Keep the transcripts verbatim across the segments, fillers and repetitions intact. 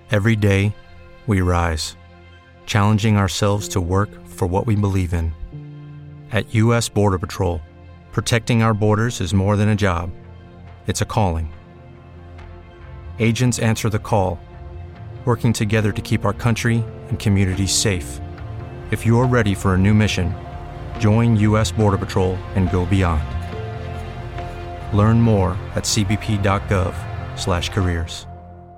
Every day, we rise, challenging ourselves to work for what we believe in. At U S Border Patrol, protecting our borders is more than a job. It's a calling. Agents answer the call, working together to keep our country and communities safe. If you're ready for a new mission, join U S Border Patrol and go beyond. Learn more at c b p dot gov slash careers.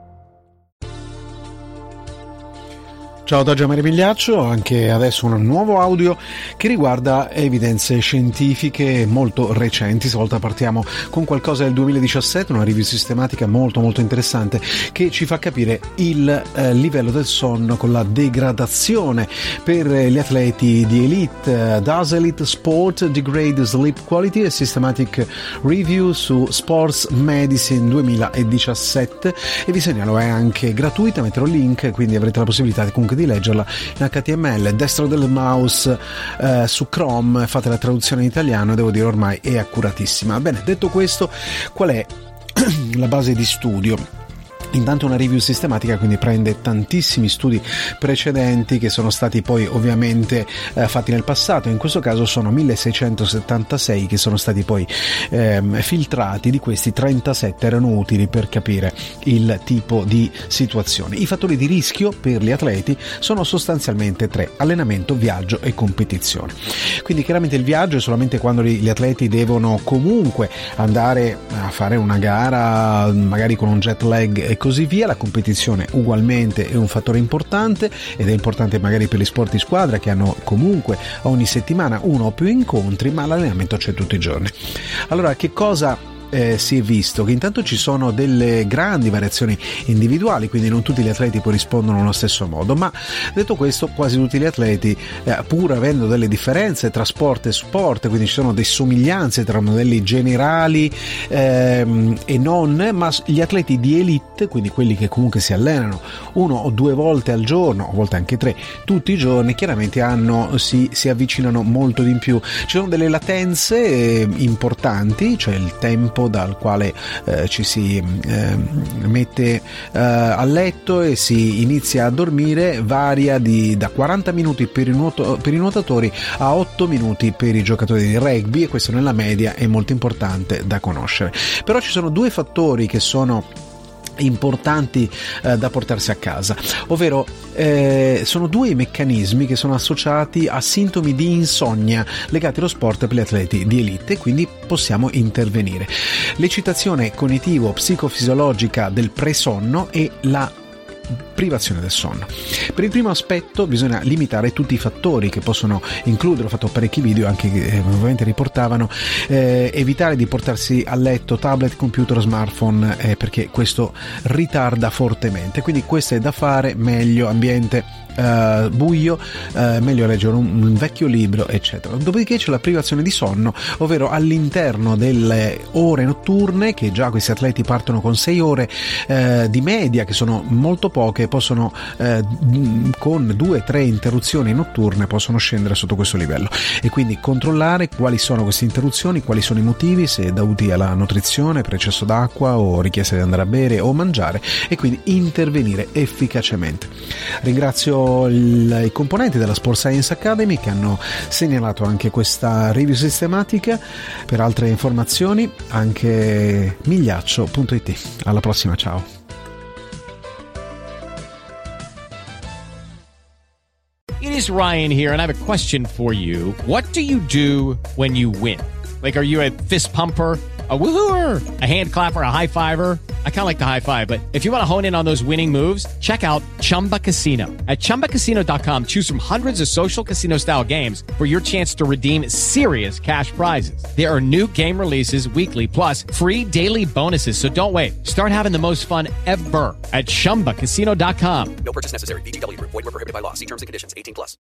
Ciao da Gianmaria Migliaccio, anche adesso un nuovo audio che riguarda evidenze scientifiche molto recenti. Stavolta partiamo con qualcosa del duemiladiciassette, una review sistematica molto molto interessante che ci fa capire il eh, livello del sonno con la degradazione per gli atleti di elite. Does Elite Sport Degrade Sleep Quality? A Systematic Review su Sports Medicine duemiladiciassette, e vi segnalo è anche gratuita, metterò il link, quindi avrete la possibilità comunque di leggerla in acca ti emme elle. Destro del mouse eh, su Chrome, fate la traduzione in italiano e devo dire ormai è accuratissima. Bene, detto questo, qual è la base di studio? Intanto una review sistematica, quindi prende tantissimi studi precedenti che sono stati poi ovviamente eh, fatti nel passato. In questo caso sono milleseicentosettantasei che sono stati poi ehm, filtrati. Di questi trentasette erano utili per capire il tipo di situazione. I fattori di rischio per gli atleti sono sostanzialmente tre: allenamento, viaggio e competizione. Quindi chiaramente il viaggio è solamente quando gli atleti devono comunque andare a fare una gara magari con un jet lag e così via. La competizione ugualmente è un fattore importante, ed è importante magari per gli sport di squadra che hanno comunque ogni settimana uno o più incontri, ma l'allenamento c'è tutti i giorni. Allora, che cosa Eh, si è visto? Che intanto ci sono delle grandi variazioni individuali, quindi non tutti gli atleti poi rispondono allo stesso modo, ma detto questo quasi tutti gli atleti, eh, pur avendo delle differenze tra sport e sport, quindi ci sono delle somiglianze tra modelli generali ehm, e non, ma gli atleti di elite, quindi quelli che comunque si allenano uno o due volte al giorno, a volte anche tre, tutti i giorni, chiaramente hanno, si, si avvicinano molto di più. Ci sono delle latenze eh, importanti, cioè il tempo dal quale eh, ci si eh, mette eh, a letto e si inizia a dormire varia di, da quaranta minuti per i, nuoto, per i nuotatori a otto minuti per i giocatori di rugby, e questo nella media è molto importante da conoscere. Però ci sono due fattori che sono importanti eh, da portarsi a casa, ovvero eh, sono due i meccanismi che sono associati a sintomi di insonnia legati allo sport per gli atleti di elite, quindi possiamo intervenire: l'eccitazione cognitivo-psicofisiologica del presonno e la privazione del sonno. Per il primo aspetto bisogna limitare tutti i fattori che possono includere, ho fatto parecchi video anche che eh, ovviamente riportavano, eh, evitare di portarsi a letto tablet, computer, smartphone, eh, perché questo ritarda fortemente, quindi questo è da fare, meglio ambiente Uh, buio, uh, meglio leggere un, un vecchio libro, eccetera. Dopodiché c'è la privazione di sonno, ovvero all'interno delle ore notturne, che già questi atleti partono con sei ore uh, di media, che sono molto poche, possono uh, con due o tre interruzioni notturne possono scendere sotto questo livello, e quindi controllare quali sono queste interruzioni, quali sono i motivi, se dovuti alla nutrizione, per eccesso d'acqua o richiesta di andare a bere o mangiare, e quindi intervenire efficacemente. Ringrazio Il, i componenti della Sport Science Academy che hanno segnalato anche questa review sistematica. Per altre informazioni anche migliaccio punto it. Alla prossima, ciao. It is Ryan here, and I have a question for you. What do you do when you win? Like, are you a fist pumper, a woohooer, a hand clapper, a high fiver? I kind of like the high five, but if you want to hone in on those winning moves, check out Chumba Casino. At chumba casino dot com, choose from hundreds of social casino style games for your chance to redeem serious cash prizes. There are new game releases weekly, plus free daily bonuses. So don't wait. Start having the most fun ever at chumba casino dot com. No purchase necessary. V G W. Void where prohibited by law. See terms and conditions. eighteen plus.